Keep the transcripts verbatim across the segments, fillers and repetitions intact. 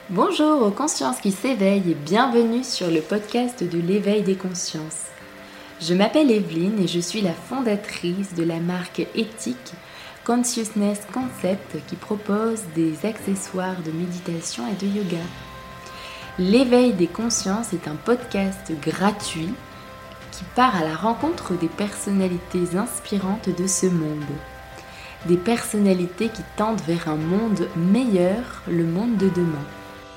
Bonjour aux consciences qui s'éveillent et bienvenue sur le podcast de l'éveil des consciences. Je m'appelle Evelyne et je suis la fondatrice de la marque éthique Consciousness Concept qui propose des accessoires de méditation et de yoga. L'éveil des consciences est un podcast gratuit qui part à la rencontre des personnalités inspirantes de ce monde. Des personnalités qui tendent vers un monde meilleur, le monde de demain.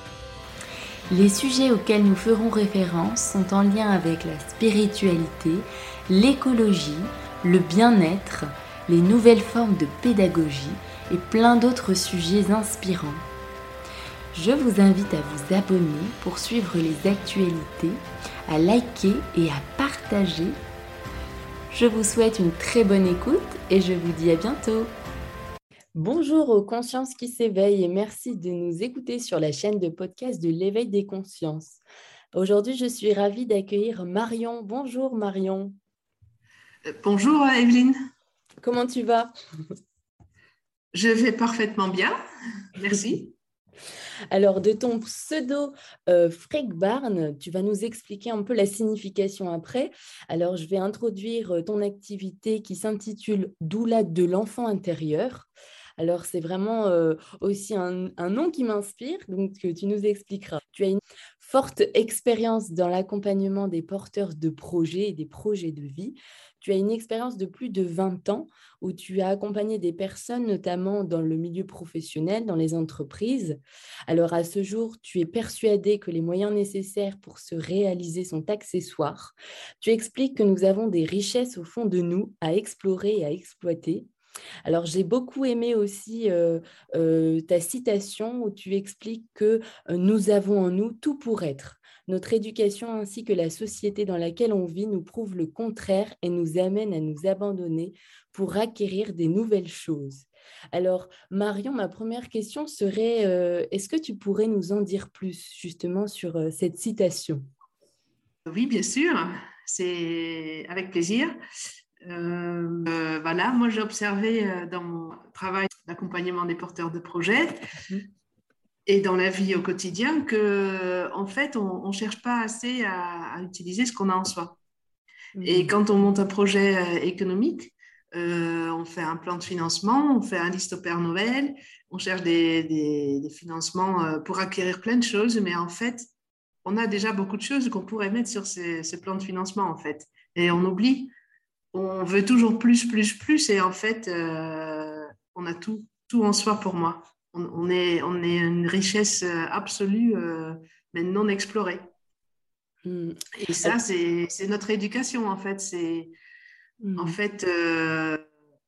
Les sujets auxquels nous ferons référence sont en lien avec la spiritualité, l'écologie, le bien-être, les nouvelles formes de pédagogie et plein d'autres sujets inspirants. Je vous invite à vous abonner pour suivre les actualités, à liker et à partager. Je vous souhaite une très bonne écoute et je vous dis à bientôt. Bonjour aux consciences qui s'éveillent et merci de nous écouter sur la chaîne de podcast de l'éveil des consciences. Aujourd'hui, je suis ravie d'accueillir Marion. Bonjour Marion. Bonjour Evelyne. Comment tu vas? Je vais parfaitement bien, merci. Alors, de ton pseudo euh, Freak Barn, tu vas nous expliquer un peu la signification après. Alors, je vais introduire ton activité qui s'intitule Doula de l'enfant intérieur. Alors, c'est vraiment euh, aussi un, un nom qui m'inspire, donc que tu nous expliqueras. Tu as une forte expérience dans l'accompagnement des porteurs de projets et des projets de vie. Tu as une expérience de plus de vingt ans où tu as accompagné des personnes, notamment dans le milieu professionnel, dans les entreprises. Alors, à ce jour, tu es persuadé que les moyens nécessaires pour se réaliser sont accessoires. Tu expliques que nous avons des richesses au fond de nous à explorer et à exploiter. Alors, j'ai beaucoup aimé aussi euh, euh, ta citation où tu expliques que euh, nous avons en nous tout pour être. Notre éducation ainsi que la société dans laquelle on vit nous prouve le contraire et nous amène à nous abandonner pour acquérir des nouvelles choses. Alors, Marion, ma première question serait, euh, est-ce que tu pourrais nous en dire plus justement sur euh, cette citation? Oui, bien sûr, c'est avec plaisir. Euh, euh, voilà, moi j'ai observé euh, dans mon travail d'accompagnement des porteurs de projets Mmh. et dans la vie au quotidien que, en fait, on ne cherche pas assez à, à utiliser ce qu'on a en soi. Et Mmh. quand on monte un projet euh, économique, euh, on fait un plan de financement, on fait un liste au Père Noël, on cherche des, des, des financements euh, pour acquérir plein de choses, mais en fait, on a déjà beaucoup de choses qu'on pourrait mettre sur ces, ces plans de financement, en fait. Et on oublie, on veut toujours plus, plus, plus, et en fait, euh, on a tout, tout en soi pour moi. On, on, est, on est une richesse absolue, euh, mais non explorée. Mmh. Et ça, c'est, c'est notre éducation, en fait. C'est, en Mmh. fait, euh,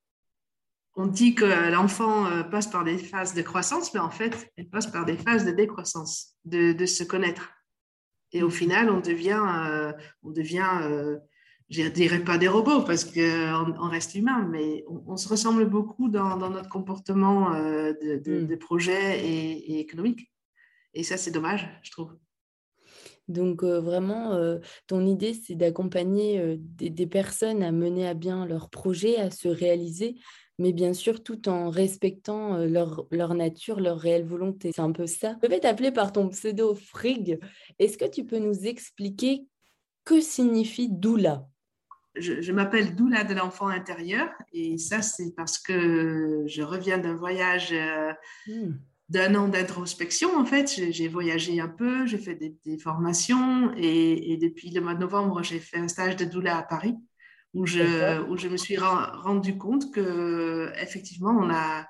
on dit que l'enfant euh, passe par des phases de croissance, mais en fait, elle passe par des phases de décroissance, de, de se connaître. Et au Mmh. final, on devient, euh, on devient euh, je ne dirais pas des robots parce qu'on on reste humain, mais on, on, se ressemble beaucoup dans, dans notre comportement euh, de, de, Mmh. de, projet et, et économique. Et ça, c'est dommage, je trouve. Donc, euh, vraiment, euh, ton idée, c'est d'accompagner euh, des, des personnes à mener à bien leurs projets, à se réaliser, mais bien sûr, tout en respectant euh, leur, leur nature, leur réelle volonté. C'est un peu ça. Je vais t'appeler par ton pseudo Frig. Est-ce que tu peux nous expliquer que signifie doula? Je, je m'appelle Doula de l'enfant intérieur et ça, c'est parce que je reviens d'un voyage euh, Mmh. d'un an d'introspection. En fait, j'ai, j'ai voyagé un peu, j'ai fait des, des formations et, et depuis le mois de novembre, j'ai fait un stage de doula à Paris où je, D'accord. où je me suis ren- rendu compte que effectivement, on a,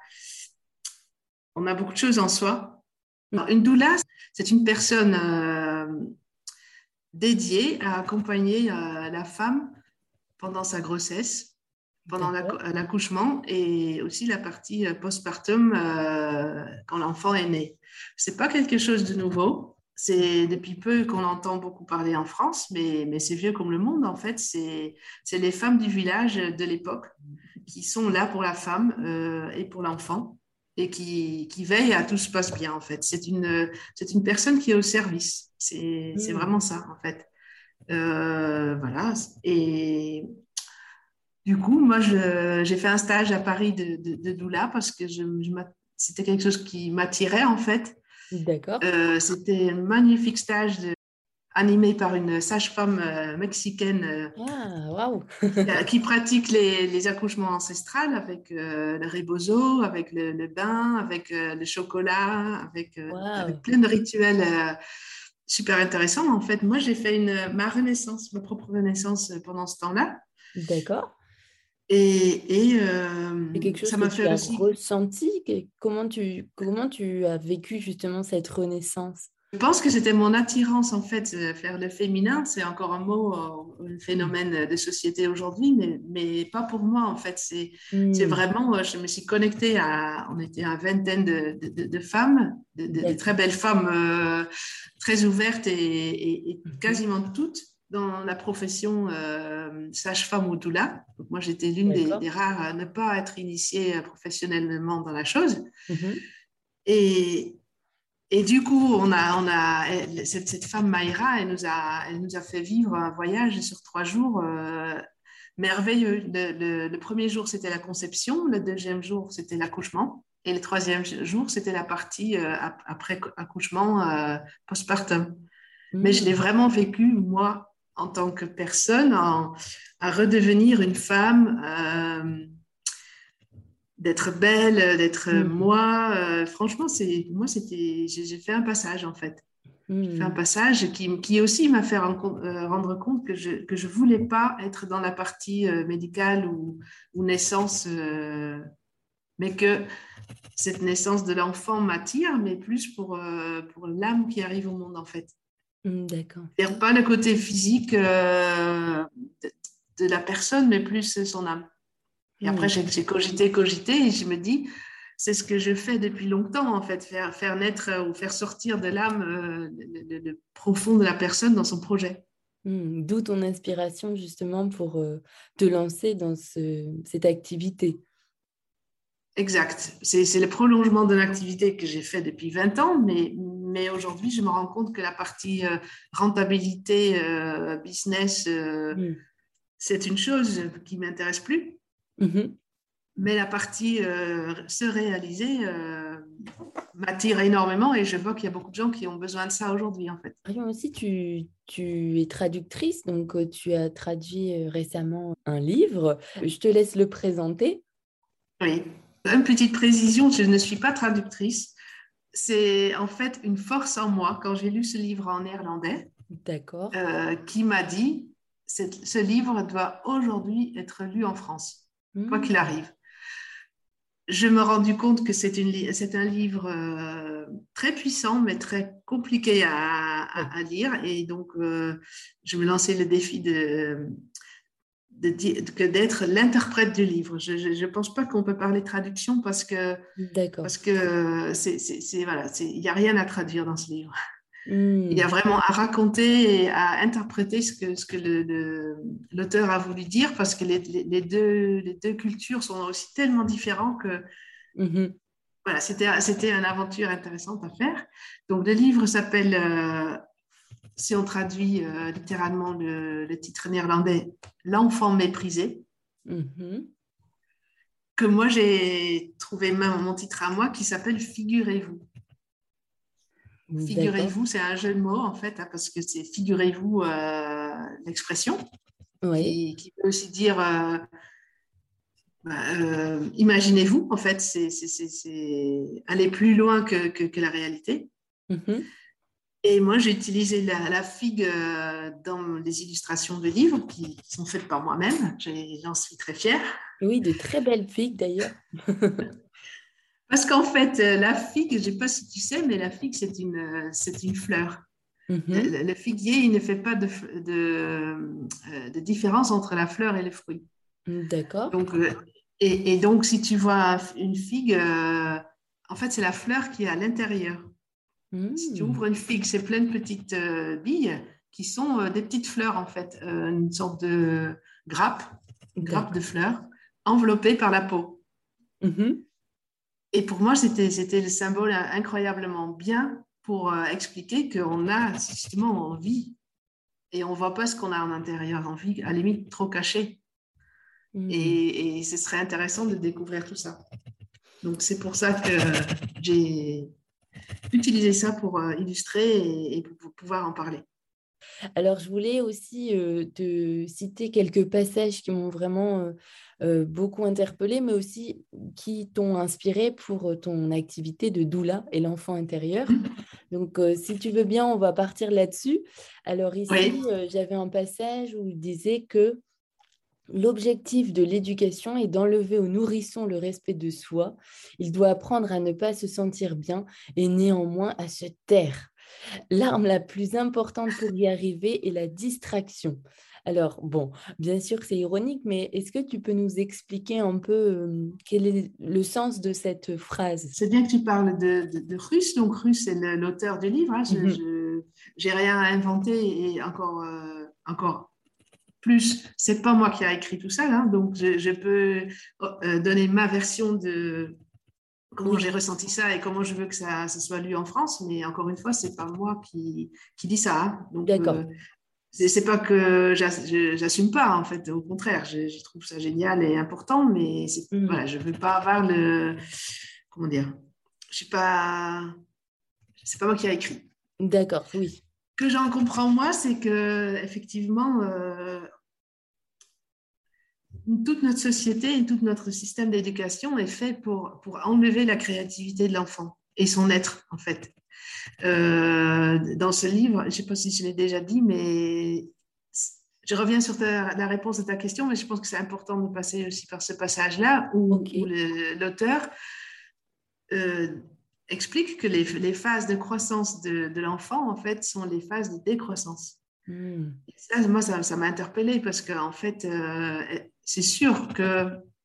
on a beaucoup de choses en soi. Alors, une doula, c'est une personne euh, dédiée à accompagner euh, la femme pendant sa grossesse, pendant D'accord. l'accouchement et aussi la partie euh, postpartum euh, quand l'enfant est né. C'est pas quelque chose de nouveau. C'est depuis peu qu'on entend beaucoup parler en France, mais, mais c'est vieux comme le monde. En fait, c'est c'est les femmes du village de l'époque qui sont là pour la femme euh, et pour l'enfant et qui, qui veillent à tout se passe bien. En fait, c'est une c'est une personne qui est au service. C'est c'est Mmh. vraiment ça en fait. Euh, voilà. Et du coup, moi, je, j'ai fait un stage à Paris de, de, de doula parce que je, je c'était quelque chose qui m'attirait en fait. D'accord. Euh, c'était un magnifique stage de- animé par une sage-femme euh, mexicaine euh, Ah, waouh. qui, euh, qui pratique les, les accouchements ancestrales avec euh, le rebozo, avec le, le bain, avec euh, le chocolat, avec, euh, avec Waouh. plein de rituels euh, super intéressants. En fait, moi, j'ai fait une, ma renaissance, ma propre renaissance pendant ce temps-là. D'accord. Et, et C'est euh, quelque chose ça que m'a tu fait as aussi. ressenti? Que- Comment tu, comment tu as vécu justement cette renaissance? Je pense que c'était mon attirance, en fait, euh, vers le féminin. C'est encore un mot, euh, un Mm. phénomène de société aujourd'hui, mais, mais pas pour moi, en fait. C'est, c'est Mm. vraiment, euh, je me suis connectée à, on était une vingtaine de, de, de femmes, de, de, de très D'accord. belles femmes, euh, très ouvertes et, et, et Mhm. quasiment toutes dans la profession euh, sage-femme ou doula. Donc, moi, j'étais l'une des, D'accord. des rares à ne pas être initiée euh, professionnellement dans la chose. Mhm. Et, et du coup, on a, on a, elle- cette, cette femme Maïra, elle nous a, elle nous a fait vivre un voyage sur trois jours euh, merveilleux. Le, le- le premier jour, c'était la conception, le deuxième jour, c'était l'accouchement, et le troisième jour, c'était la partie euh, ap- après accouchement euh, postpartum. Mais je l'ai Mm. vraiment vécu, moi, en tant que personne, en- à redevenir une femme. Euh, d'être belle, d'être Mm. moi. Euh, franchement, c'est, moi, c'était, j'ai j'ai fait un passage, en fait. J'ai fait un Mm. passage qui, qui aussi m'a fait rendre, euh, rendre compte que je que je voulais pas être dans la partie euh, médicale ou, ou naissance, euh, mais que cette naissance de l'enfant m'attire, mais plus pour, euh, pour l'âme qui arrive au monde, en fait. Mm. D'accord. C'est-à-dire pas le côté physique euh, de, de la personne, mais plus son âme. Et après, Mm. j'ai j'ai cogité, cogité, et je me dis, c'est ce que je fais depuis longtemps, en fait, faire, faire naître euh, ou faire sortir de l'âme euh, le, le- le profond de la personne dans son projet. Mm. D'où ton inspiration justement pour euh, te lancer dans ce, cette activité. Exact. C'est c'est le prolongement de l'activité que j'ai fait depuis vingt ans, mais, mais aujourd'hui, je me rends compte que la partie euh, rentabilité, euh, business, euh, Mm. c'est une chose qui m'intéresse plus. Mhm. Mais la partie euh, se réaliser euh, m'attire énormément et je vois qu'il y a beaucoup de gens qui ont besoin de ça aujourd'hui, en fait. Marion aussi, tu, tu es traductrice, donc euh, tu as traduit euh, récemment un livre. Je te laisse le présenter. Oui. Une petite précision, je ne suis pas traductrice. C'est en fait une force en moi quand j'ai lu ce livre en néerlandais D'accord. euh, qui m'a dit, ce livre doit aujourd'hui être lu en France, quoi Mm. qu'il arrive. Je me suis rendu compte que c'est une, c'est un livre euh, très puissant, mais très compliqué à, Oui. à, à lire. Et donc, euh, je me lançais le défi de, de, de d'être l'interprète du livre. Je ne pense pas qu'on peut parler traduction parce que D'accord. parce que c'est, c'est, c'est voilà, c'est, il n'y a rien à traduire dans ce livre. Il y a Mm. vraiment à raconter et à interpréter ce que, ce que le, le, l'auteur a voulu dire parce que les, les, les, deux, les deux cultures sont aussi tellement différentes que Mhm. voilà, c'était, c'était une aventure intéressante à faire. Donc, le livre s'appelle, euh, si on traduit euh, littéralement le, le titre néerlandais, L'enfant méprisé, Mhm. que moi j'ai trouvé même mon titre à moi qui s'appelle Figurez-vous. D'accord. Figurez-vous, c'est un jeu de mots en fait, hein, parce que c'est figurez-vous euh, l'expression Oui. qui, qui, peut aussi dire euh, bah, euh, imaginez-vous en fait, c'est, c'est, c'est, c'est aller plus loin que, que, que la réalité. Mhm. Et moi, j'ai utilisé la, la figue euh, dans les illustrations de livres qui, qui sont faites par moi-même. J'en suis très fière. Oui, de très belles filles d'ailleurs. Parce qu'en fait, euh, la figue, je ne sais pas si tu sais, mais la figue, c'est une, euh, c'est une fleur. Le, Mhm. le- le figuier, il ne fait pas de, de, euh, de différence entre la fleur et le fruit. D'accord. Donc, euh, et, et donc, si tu vois une figue, euh, en fait, c'est la fleur qui est à l'intérieur. Si tu Mm. ouvres une figue, c'est plein de petites euh, billes qui sont euh, des petites fleurs, en fait, euh, une sorte de grappe, grappe de D'accord. fleurs, enveloppée par la peau. Mhm. Et pour moi, c'était, c'était le symbole incroyablement bien pour euh, expliquer qu'on a justement envie et on ne voit pas ce qu'on a en intérieur, envie, à la limite, trop caché. Mm. Et, et ce serait intéressant de découvrir tout ça. Donc, c'est pour ça que j'ai utiliser ça pour euh, illustrer et, et pour pouvoir en parler. Alors, je voulais aussi euh, te citer quelques passages qui m'ont vraiment euh, euh, beaucoup interpellée, mais aussi qui t'ont inspiré pour ton activité de doula et l'enfant intérieur. Donc, euh, si tu veux bien, on va partir là-dessus. Alors ici, Oui. euh, j'avais un passage où il disait que l'objectif de l'éducation est d'enlever au nourrisson le respect de soi. Il doit apprendre à ne pas se sentir bien et néanmoins à se taire. L'arme la plus importante pour y arriver est la distraction. Alors, bon, bien sûr que c'est ironique, mais est-ce que tu peux nous expliquer un peu euh, quel est le sens de cette phrase? C'est bien que tu parles de, de, de Russe. Donc, Russe, c'est le- l'auteur du livre. Hein. Je, Mhm. je, j'ai rien à inventer et encore, euh, encore plus, c'est pas moi qui a écrit tout ça. Hein. Donc, je, je peux euh, donner ma version de comment Oui, j'ai ressenti ça et comment je veux que ça, ça soit lu en France. Mais encore une fois, c'est pas moi qui, qui dit ça. Hein. Donc, d'accord. euh, c'est, c'est pas que j'ass- je- j'assume pas, en fait. Au contraire, je, je trouve ça génial et important, mais c'est, Mhm. voilà, je veux pas avoir le, comment dire, je suis pas, c'est pas moi qui a écrit. D'accord, oui. Ce que j'en comprends moi, c'est que effectivement, euh, toute notre société et tout notre système d'éducation est fait pour, pour enlever la créativité de l'enfant et son être, en fait. Euh, dans ce livre, je ne sais pas si je l'ai déjà dit, mais je reviens sur ta, la réponse de ta question, mais je pense que c'est important de passer aussi par ce passage-là où, où OK. le- l'auteur euh, explique que les, les phases de croissance de, de l'enfant, en fait, sont les phases de décroissance. Hmm. Et ça, moi, ça, ça m'a interpellée parce qu'en fait, euh, c'est sûr que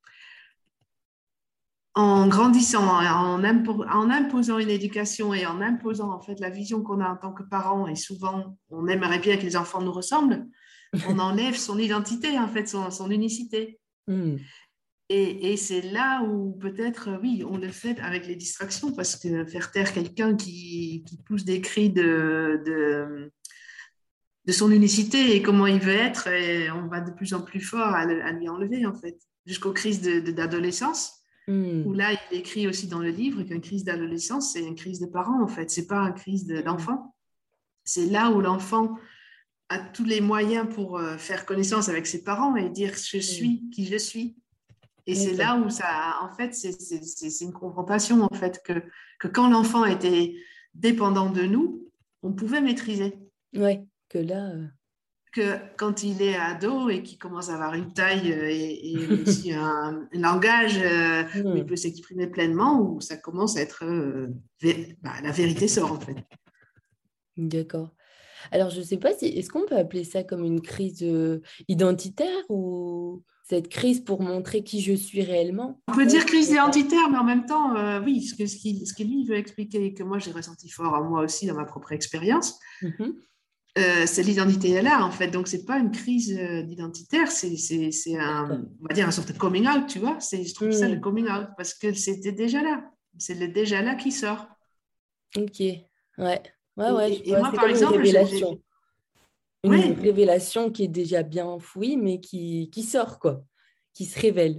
en grandissant, en, impo en, imposant une éducation et en imposant en fait la vision qu'on a en tant que parent, et souvent on aimerait bien que les enfants nous ressemblent, on enlève son identité, en fait, son, son unicité. Hmm. Et, et c'est là où peut-être, oui, on le fait avec les distractions, parce que faire taire quelqu'un qui, qui, pousse des cris de, de, de, son unicité et comment il veut être, et on va de plus en plus fort à, le, à lui enlever, en fait, jusqu'aux crises d'adolescence. Où Hmm. là, il écrit aussi dans le livre qu'une crise d'adolescence, c'est une crise de parents, en fait. C'est pas une crise Hmm. d'enfant. C'est là où l'enfant a tous les moyens pour euh, faire connaissance avec ses parents et dire je Hmm. suis qui je suis. Et c'est D'accord. là où ça, en fait, c'est, c'est, c'est une confrontation, en fait, que, que quand l'enfant était dépendant de nous, on pouvait maîtriser. Ouais, que là... Que quand il est ado et qu'il commence à avoir une taille euh, et, et euh, aussi un, un langage euh, où il hmm. peut s'exprimer pleinement, où ça commence à être... Euh, vé- bah, la vérité sort, en fait. D'accord. Alors, je ne sais pas si, est-ce qu'on peut appeler ça comme une crise euh, identitaire ou cette crise pour montrer qui je suis réellement? On peut Ouais, dire crise c'est ça. identitaire, mais en même temps, euh, oui, ce que, ce, qu'il, ce que lui veut expliquer et que moi j'ai ressenti fort en moi aussi dans ma propre expérience, Mhm. euh, c'est l'identité là, en fait. Donc, c'est pas une crise euh, d'identitaire, c'est, c'est, c'est un, D'accord. on va dire, un sorte de coming out, tu vois. C'est, je trouve ça le Hmm. coming out parce que c'était déjà là. C'est le déjà là qui sort. Ok. Ouais. Ouais, ouais, je Et, et vois. moi, C'est par comme une exemple, j'ai, j'ai... révélation. Une oui, révélation qui est déjà bien enfouie, mais qui, qui sort, quoi. Qui se révèle.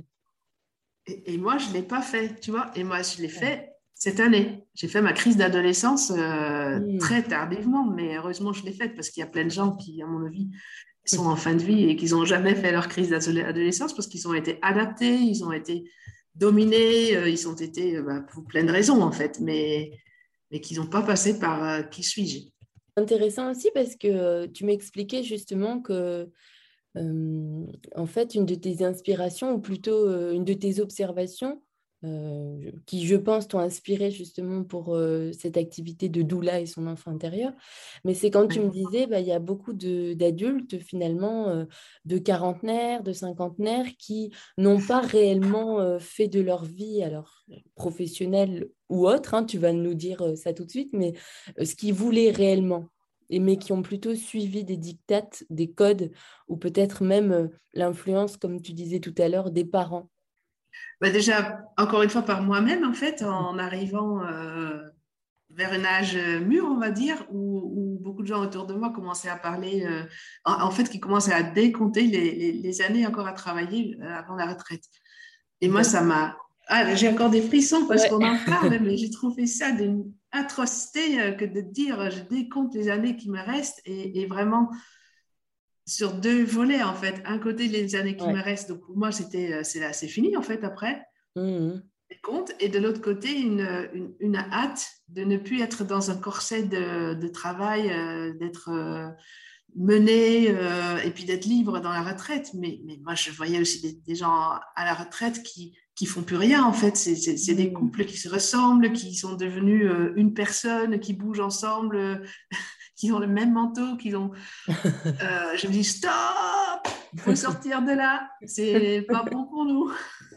et, et moi, je ne l'ai pas fait, tu vois. Et moi, je l'ai Ouais. fait cette année. J'ai fait ma crise d'adolescence euh, Hmm. très tardivement, mais heureusement, je l'ai faite parce qu'il y a plein de gens qui, à mon avis, sont en fin de vie et qui n'ont jamais fait leur crise d'adolescence parce qu'ils ont été adaptés, ils ont été dominés, euh, ils ont été, euh, bah, pour plein de raisons, en fait, mais, mais qu'ils n'ont pas passé par euh, qui suis-je. Intéressant aussi parce que euh, tu m'expliquais justement que Euh, en fait, une de tes inspirations, ou plutôt euh, une de tes observations, euh, je- qui, je pense, t'ont inspiré justement pour euh, cette activité de doula et son enfant intérieur, mais c'est quand tu me Ouais. disais, bah, il y a beaucoup de- d'adultes, finalement, euh, de quarantenaires, de cinquantenaires, qui n'ont pas réellement euh, fait de leur vie, alors professionnelle ou autre, hein, tu vas nous dire euh, ça tout de suite, mais euh, ce qu'ils voulaient réellement. Et mais qui ont plutôt suivi des dictates, des codes ou peut-être même euh, l'influence, comme tu disais tout à l'heure, des parents. Bah, déjà, encore une fois, par moi-même, en fait, en arrivant euh, vers un âge mûr, on va dire, où, où beaucoup de gens autour de moi commençaient à parler, euh, en, en fait, qui commençaient à décompter les, les, les années encore à travailler euh, avant la retraite. Et moi, D'accord. ça m'a... Ah, j'ai encore des frissons parce Ouais. qu'on en parle, mais j'ai trouvé ça d'une atrocité euh, que de dire je décompte les années qui me restent et, et vraiment sur deux volets en fait. Un côté les années qui me Ouais. restent, donc pour moi c'était euh, c'est là, c'est fini en fait après. Mhm. Compte, et de l'autre côté, une, une, une, hâte de ne plus être dans un corset de, de travail, euh, d'être euh, mené euh, et puis d'être libre dans la retraite. Mais, mais moi, je voyais aussi des, des gens à la retraite qui qui font plus rien, en fait. C'est, c'est, c'est des Mhm. couples qui se ressemblent, qui sont devenus euh, une personne, qui bougent ensemble, euh, qui ont le même manteau, qui ont... Euh, je me dis, stop, faut sortir de là. C'est pas bon pour nous.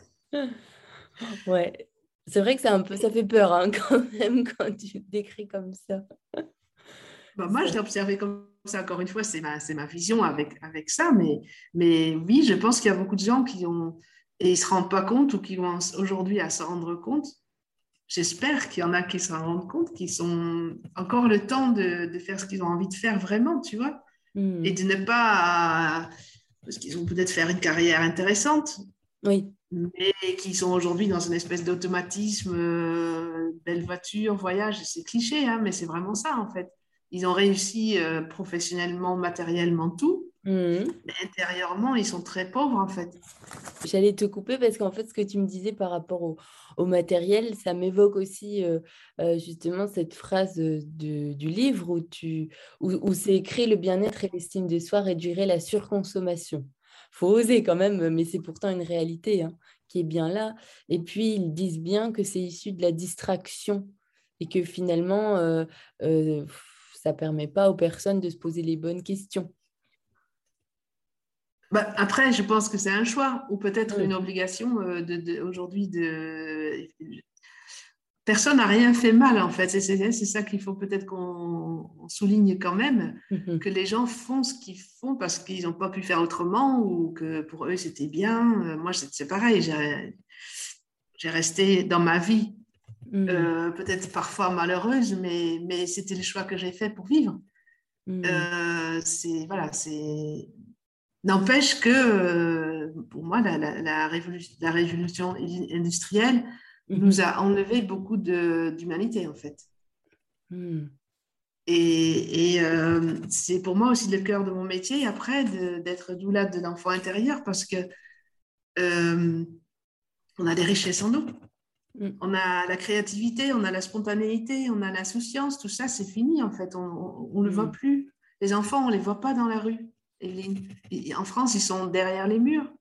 Ouais, c'est vrai que c'est un peu, ça fait peur hein, quand même quand tu le décris comme ça. Bah, moi, je C'est- l'ai observé comme ça. Encore une fois, c'est ma, c'est ma vision avec, avec ça. Mais, mais oui, je pense qu'il y a beaucoup de gens qui ont, et ils ne se rendent pas compte ou qui vont aujourd'hui à se rendre compte. J'espère qu'il y en a qui se rendent compte, qui ont encore le temps de, de faire ce qu'ils ont envie de faire vraiment, tu vois. Et Mhm. de ne pas, parce qu'ils ont peut-être faire une carrière intéressante, Oui, mais qui sont aujourd'hui dans une espèce d'automatisme, euh, belle voiture, voyage, c'est cliché, hein, mais c'est vraiment ça en fait. Ils ont réussi euh, professionnellement, matériellement, tout, mhm. mais intérieurement, ils sont très pauvres en fait. J'allais te couper parce qu'en fait, ce que tu me disais par rapport au, au matériel, ça m'évoque aussi euh, euh, justement cette phrase euh, de- du livre où, tu, où, où c'est écrit le bien-être et l'estime de soi réduirait la surconsommation. Faut oser quand même, mais c'est pourtant une réalité hein, qui est bien là. Et puis, ils disent bien que c'est issu de la distraction et que finalement, euh, euh, ça ne permet pas aux personnes de se poser les bonnes questions. Bah, après, je pense que c'est un choix ou peut-être une Mm. obligation euh, de, de- aujourd'hui de... Personne n'a rien fait mal en fait. C'est, c'est, c'est ça qu'il faut peut-être qu'on on souligne quand même, que Mhm. les gens font ce qu'ils font parce qu'ils n'ont pas pu faire autrement ou que pour eux c'était bien. Euh, moi, c'est, c'est pareil. J'ai, j'ai resté dans ma vie, Mhm. euh, peut-être parfois malheureuse, mais, mais c'était le choix que j'ai fait pour vivre. Mhm. Euh, c'est, voilà, c'est... N'empêche que euh, pour moi, la, la, la révolution, la révolution industrielle nous Mhm. a enlevé beaucoup de, d'humanité, en fait. Mhm. Et, et euh, c'est pour moi aussi le cœur de mon métier, après, de, d'être doula de l'enfant intérieur, parce que euh, on a des richesses en nous. Mhm. On a la créativité, on a la spontanéité, on a l'insouciance, tout ça, c'est fini en fait, on ne le voit Mhm. plus. Les enfants, on ne les voit pas dans la rue. Evelyne. Et en France, ils sont derrière les murs.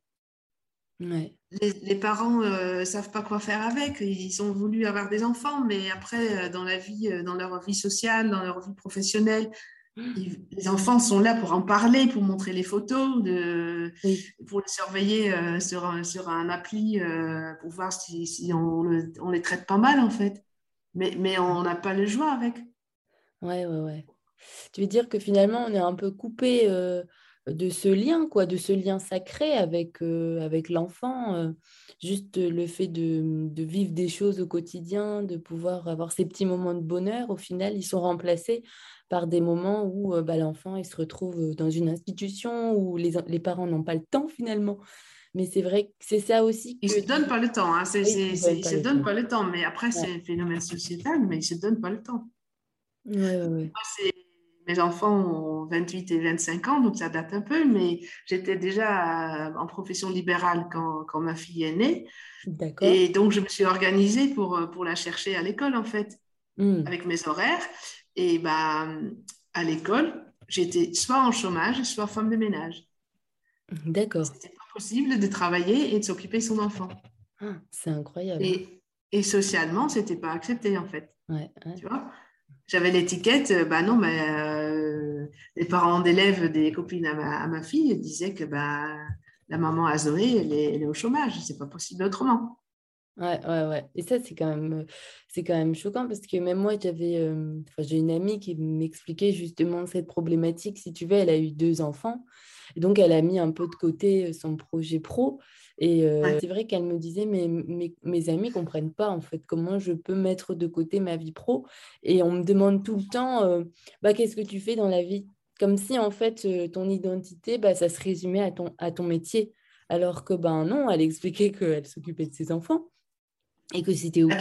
Ouais. Les, les parents ne euh, savent pas quoi faire avec. Ils ont voulu avoir des enfants, mais après, euh, dans la vie, euh, dans leur vie sociale, dans leur vie professionnelle, ils- les enfants sont là pour en parler, pour montrer les photos, de, Oui, pour les surveiller euh, sur, un, sur un appli, euh, pour voir si, si on, le- on les traite pas mal, en fait. Mais, mais on n'a pas le choix avec. ouais, ouais, ouais. Tu veux dire que finalement, on est un peu coupé euh, de ce lien, quoi, de ce lien sacré avec, euh, avec l'enfant. euh, juste le fait de, de vivre des choses au quotidien, de pouvoir avoir ces petits moments de bonheur, au final, ils sont remplacés par des moments où euh, bah, l'enfant, il se retrouve dans une institution où les, les parents n'ont pas le temps finalement. Mais c'est vrai que c'est ça aussi Ils que ne se tu... donnent pas le temps. Hein. C'est, Oui, c'est, ils c'est- donnent ils pas se le donnent temps. pas le temps. Mais après, Ouais, c'est un phénomène sociétal, mais ils ne se donnent pas le temps. ouais, ouais, ouais. Moi, c'est- mes enfants ont vingt-huit et vingt-cinq ans, donc ça date un peu, mais j'étais déjà euh, en profession libérale quand, quand ma fille est née. D'accord. Et donc, je me suis organisée pour, euh, pour la chercher à l'école, en fait, Hmm, avec mes horaires. Et bah, à l'école, j'étais soit en chômage, soit femme de ménage. d'accord. C'était pas possible de travailler et de s'occuper de son enfant. Ah, c'est incroyable. Et, et socialement, c'était pas accepté, en fait. Ouais, ouais. Tu vois? J'avais l'étiquette, euh, bah non, mais euh, les parents d'élèves des copines à ma, à ma fille disaient que bah, la maman à Zoé, elle est, elle est au chômage, c'est pas possible autrement. Ouais, ouais, ouais. Et ça, c'est quand même, euh, c'est quand même choquant parce que même moi, j'avais, euh, enfin, j'ai une amie qui m'expliquait justement cette problématique. Si tu veux, elle a eu deux enfants. Et donc, elle a mis un peu de côté euh, son projet pro. Et euh, Ouais. c'est vrai qu'elle me disait, mais mes, mes amis comprennent pas en fait comment je peux mettre de côté ma vie pro. Et on me demande tout le temps, euh, bah, qu'est-ce que tu fais dans la vie? Comme si en fait, euh, ton identité, bah, ça se résumait à ton, à ton métier. Alors que ben non, elle expliquait qu'elle s'occupait de ses enfants et que c'était OK.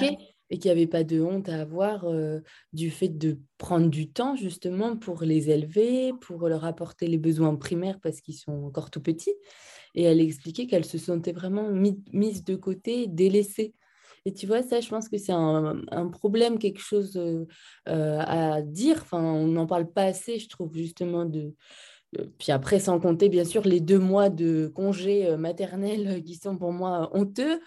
et qu'il n'y avait pas de honte à avoir euh, du fait de prendre du temps justement pour les élever, pour leur apporter les besoins primaires parce qu'ils sont encore tout petits. Et elle expliquait qu'elle se sentait vraiment mis- mise de côté, délaissée. Et tu vois, ça, je pense que c'est un, un problème, quelque chose euh, euh, à dire. Enfin, on n'en parle pas assez, je trouve, justement, de, euh, Puis après, sans compter, bien sûr, les deux mois de congé euh, maternel euh, qui sont pour moi honteux.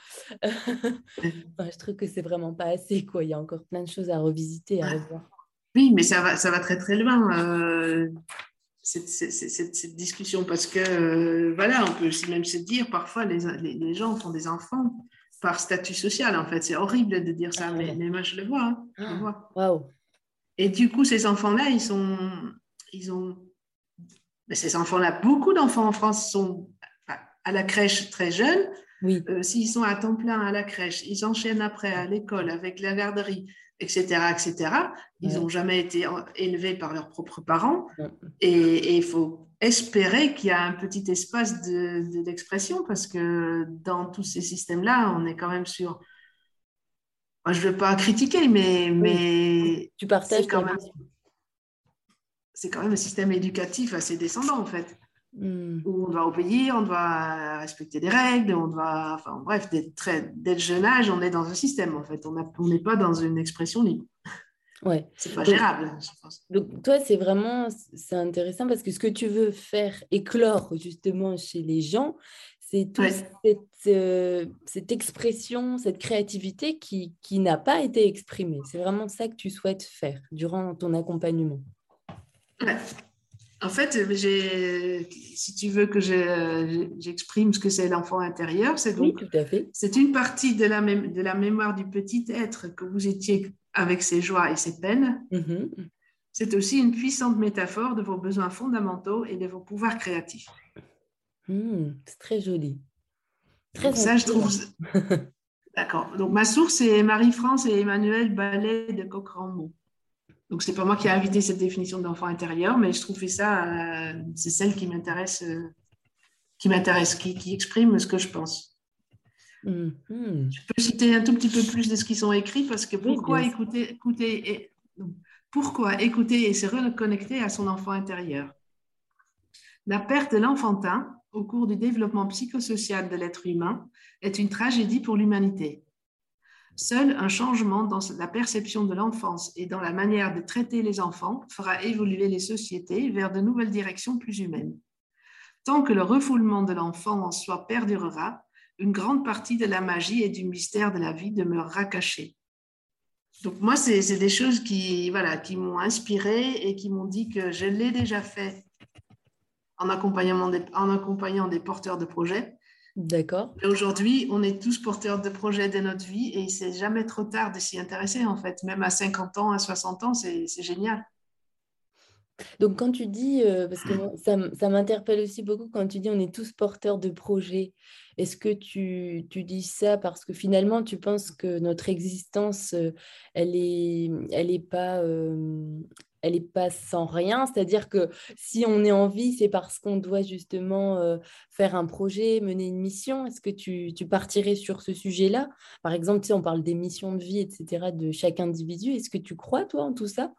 Enfin, je trouve que c'est vraiment pas assez, quoi. Il y a encore plein de choses à revisiter, à revoir. Oui, mais ça va, ça va très très loin, euh, cette, cette, cette- cette discussion, parce que, euh, voilà, on peut aussi même se dire, parfois, les, les, les gens font des enfants par statut social, en fait. C'est horrible de dire ça, Ah mais, ouais. mais moi, je le vois, hein, je le Ah, vois. waouh. Et du coup, ces enfants-là, ils sont, ils ont, mais ces enfants-là, beaucoup d'enfants en France sont à à la crèche très jeunes. Oui. Euh, s'ils sont à temps plein à la crèche, ils enchaînent après à l'école avec la garderie, et cetera, et cetera. Ils Ouais. n'ont jamais été en- élevés par leurs propres parents. Non. Et il faut espérer qu'il y a un petit espace de, de- d'expression parce que dans tous ces systèmes-là, on est quand même sur... Moi, je ne veux pas critiquer, mais, Oui. mais Tu c'est partages quand ta même, vision. c'est quand même un système éducatif assez descendant, en fait, Hmm. où on doit obéir, on doit respecter des règles, on doit... Enfin, bref, dès, très, dès le jeune âge, on est dans un système, en fait. On a- on n'est pas dans une expression libre. Ouais. C'est pas Donc, gérable, je pense. Donc, toi, c'est vraiment, c'est intéressant parce que ce que tu veux faire éclore justement chez les gens, c'est toute Ouais. cette, euh, cette expression, cette créativité qui, qui n'a pas été exprimée. C'est vraiment ça que tu souhaites faire durant ton accompagnement. Ouais. En fait, j'ai, si tu veux que je- j'exprime ce que c'est l'enfant intérieur, c'est Oui, donc tout à fait. c'est une partie de la, mém- de la mémoire du petit être que vous étiez avec ses joies et ses peines. Mhm. C'est aussi une puissante métaphore de vos besoins fondamentaux et de vos pouvoirs créatifs. Hmm, c'est très joli, Donc très ça, je trouve... inspirant. D'accord. Donc ma source, c'est Marie-France et Emmanuel Ballet de Cochrane. Donc c'est pas moi qui ai invité cette définition d'enfant intérieur, mais je trouvais ça, euh, c'est celle qui m'intéresse, euh, qui m'intéresse, qui, qui exprime ce que je pense. Mhm. Je peux citer un tout petit peu plus de ce qu'ils sont écrits parce que Oui, bien pourquoi sûr. écouter, écouter et, pourquoi écouter et se reconnecter à son enfant intérieur? La perte de l'enfantin au cours du développement psychosocial de l'être humain est une tragédie pour l'humanité. Seul un changement dans la perception de l'enfance et dans la manière de traiter les enfants fera évoluer les sociétés vers de nouvelles directions plus humaines. Tant que le refoulement de l'enfant en soi perdurera, une grande partie de la magie et du mystère de la vie demeurera cachée. Donc moi, c'est, c'est des choses qui, voilà, qui m'ont inspirée et qui m'ont dit que je l'ai déjà fait en accompagnant des, en accompagnant des porteurs de projets. D'accord. Et aujourd'hui, on est tous porteurs de projets de notre vie et c'est jamais trop tard de s'y intéresser en fait. Même à cinquante ans, à soixante ans, c'est, c'est génial. Donc, quand tu dis, euh, parce que moi, ça, m- ça m'interpelle aussi beaucoup quand tu dis on est tous porteurs de projets, est-ce que tu, tu dis ça parce que finalement tu penses que notre existence, euh, elle est, elle est pas, euh, elle est pas sans rien, c'est-à-dire que si on est en vie, c'est parce qu'on doit justement euh, faire un projet, mener une mission. Est-ce que tu, tu partirais sur ce sujet-là? Par exemple, tu sais, on parle des missions de vie, et cetera, de chaque individu. Est-ce que tu crois, toi, en tout ça?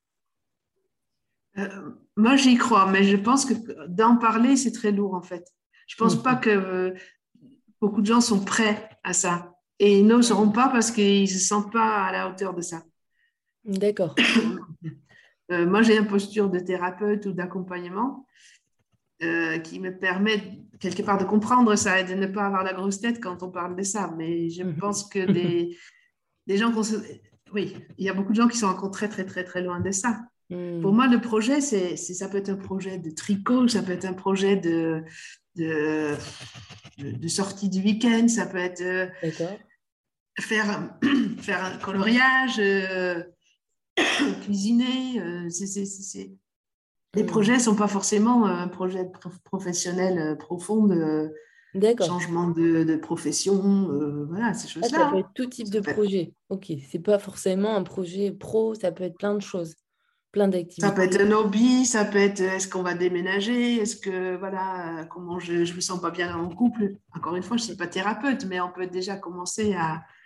Euh, moi, j'y crois, mais je pense que d'en parler, c'est très lourd en fait. Je pense pas Mhm. que euh, beaucoup de gens sont prêts à ça et ils n'oseront pas parce qu'ils ne se sentent pas à la hauteur de ça. D'accord. Euh, moi, j'ai une posture de thérapeute ou d'accompagnement euh, qui me permet quelque part de comprendre ça et de ne pas avoir la grosse tête quand on parle de ça. Mais je Mhm. pense que des, des gens... Oui, il y a beaucoup de gens qui sont encore très, très, très, très loin de ça. Pour Hmm. moi, le projet, c'est, c'est, ça peut être un projet de tricot, ça peut être un projet de, de, de, de sortie du week-end, ça peut être euh, D'accord. faire, faire un coloriage, euh, cuisiner. Euh, c'est, c'est, c'est, les Hmm. projets ne sont pas forcément un projet prof- professionnel euh, profond de D'accord. changement de, de profession, euh, voilà, ces Ah, ça choses-là. peut Hein. être tout type Ça de peut être, projet. Ok, c'est pas forcément un projet pro, ça peut être plein de choses, plein ça peut être d'activités. un hobby, ça peut être est-ce qu'on va déménager, est-ce que, voilà, euh, comment je ne me sens pas bien en couple. Encore une fois, je ne suis pas thérapeute, mais on peut déjà commencer à,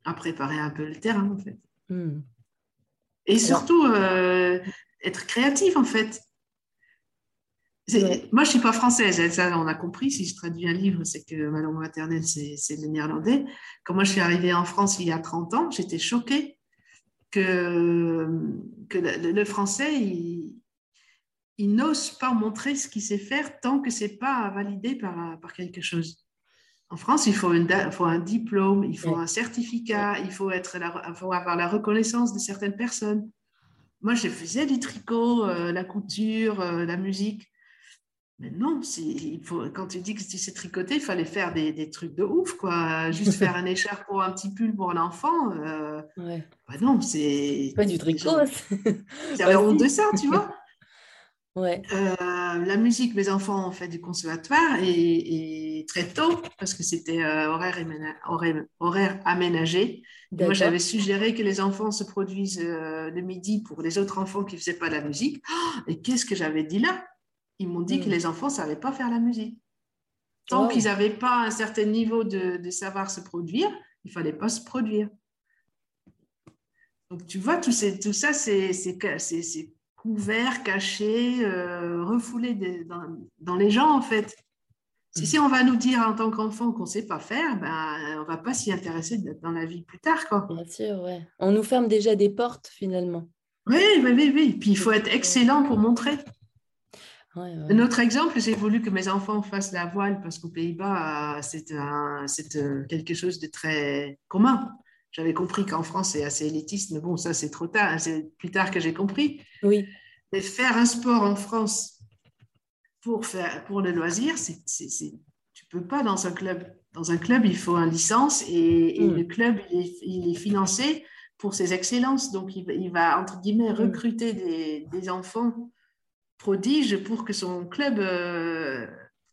à préparer un peu le terrain, en fait. Hmm. Et Alors, surtout, euh, être créatif, en fait. ouais, C'est- Moi, je ne suis pas française, ça, on a compris. Si je traduis un livre, c'est que ma langue maternelle, c'est c'est le néerlandais. Quand moi, je suis arrivée en France il y a trente ans, j'étais choquée que, que le, le français, il, il n'ose pas montrer ce qu'il sait faire tant que ce n'est pas validé par, par quelque chose. En France, il faut, une, il faut un diplôme, il faut ouais. un certificat, il faut, être la, il faut avoir la reconnaissance de certaines personnes. Moi, je faisais du tricot, euh, la couture, euh, la musique. Mais non, il faut, quand tu dis que tu sais tricoter, il fallait faire des, des trucs de ouf, quoi. Juste faire un écharpe ou un petit pull pour l'enfant. Euh, Ouais. bah non, c'est Pas du les gens, tricot. j'avais Bah honte de si. ça, tu vois. Ouais, Euh, la musique, mes enfants ont fait du conservatoire et, et très tôt, parce que c'était euh, horaire, éména- horaire, horaire aménagé. Et moi, d'accord. j'avais suggéré que les enfants se produisent euh, le midi pour les autres enfants qui ne faisaient pas de la musique. Oh, et qu'est-ce que j'avais dit là? Ils m'ont dit que Hmm. les enfants ne savaient pas faire la musique. Tant qu'ils Wow. n'avaient pas un certain niveau de, de savoir se produire, il ne fallait pas se produire. Donc, tu vois, tout, ces, tout ça, c'est, c'est, c'est, c'est couvert, caché, euh, refoulé de- dans, dans les gens, en fait. Si, si Hmm. on va nous dire en tant qu'enfant qu'on ne sait pas faire, ben, on ne va pas s'y intéresser dans la vie plus tard, quoi. Bien sûr, ouais. On nous ferme déjà des portes finalement. Oui, oui, oui, oui. Puis il C'est faut être très- excellent pour montrer. Ouais, Un ouais. autre exemple, j'ai voulu que mes enfants fassent la voile parce qu'aux Pays-Bas, euh, c'est un- c'est, euh, quelque chose de très commun. J'avais compris qu'en France, c'est assez élitiste, mais bon, ça, c'est trop tard. C'est plus tard que j'ai compris. Oui. Mais faire un sport en France pour, faire, pour le loisir, c'est, c'est, c'est- tu ne peux pas dans un club. Dans un club, il faut une licence et, et le Hmm. club, il est, il est financé pour ses excellences. Donc, il, va- il va, entre guillemets, Hmm. recruter des, des enfants prodiges pour que son club euh,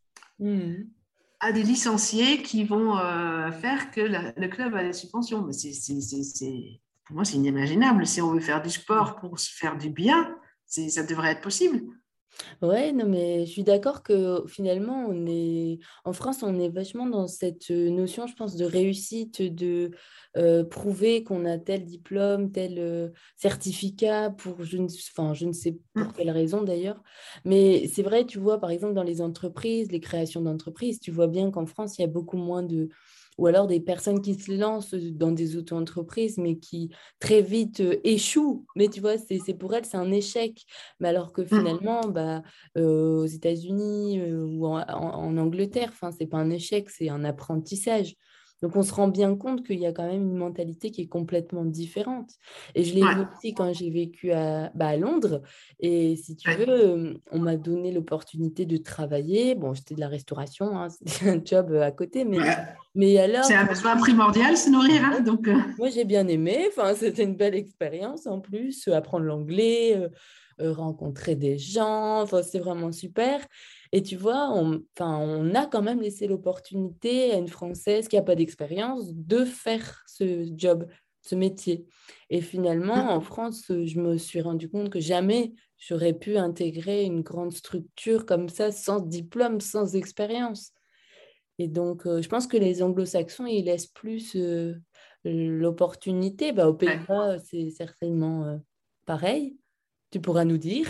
Hmm. a des licenciés qui vont euh, faire que la- le club a des subventions. Mais c'est, c'est, c'est, c'est- pour moi, c'est inimaginable. Si on veut faire du sport pour se faire du bien, c'est, ça devrait être possible. Ouais, non, mais je suis d'accord que finalement, on est en France, on est vachement dans cette euh, notion, je pense, de réussite, de euh, prouver qu'on a tel diplôme, tel euh, certificat pour je ne, enfin, je ne sais pour quelle raison d'ailleurs. Mais c'est vrai, tu vois, par exemple, dans les entreprises, les créations d'entreprises, tu vois bien qu'en France, il y a beaucoup moins de ou alors des personnes qui se lancent dans des auto-entreprises, mais qui très vite euh, échouent. Mais tu vois, c'est c'est pour elles, c'est un échec. Mais alors que Mm. finalement, bah, euh, aux États-Unis euh, ou en, en- en Angleterre. Enfin, c'est pas un échec, c'est un apprentissage. Donc, on se rend bien compte qu'il y a quand même une mentalité qui est complètement différente. Et je l'ai vu Ouais, aussi quand j'ai vécu à, bah, à Londres. Et si tu veux, ouais. euh, on m'a donné l'opportunité de travailler. Bon, c'était de la restauration, hein, c'était un job euh, à côté, mais, Ouais. mais C'est alors, un besoin primordial, se nourrir. Hein, donc, euh, moi, j'ai bien aimé. Enfin, c'était une belle expérience en plus. euh, Apprendre l'anglais, euh, euh, rencontrer des gens. Enfin, c'est vraiment super. Et tu vois, on, enfin, on a quand même laissé l'opportunité à une Française qui n'a pas d'expérience de faire ce job, ce métier. Et finalement, en France, euh, je me suis rendu compte que jamais j'aurais pu intégrer une grande structure comme ça, sans diplôme, sans expérience. Et donc, euh, je pense que les anglo-saxons, ils laissent plus euh, l'opportunité. Bah, aux ouais. Pays-Bas, c'est certainement euh, pareil. Tu pourras nous dire.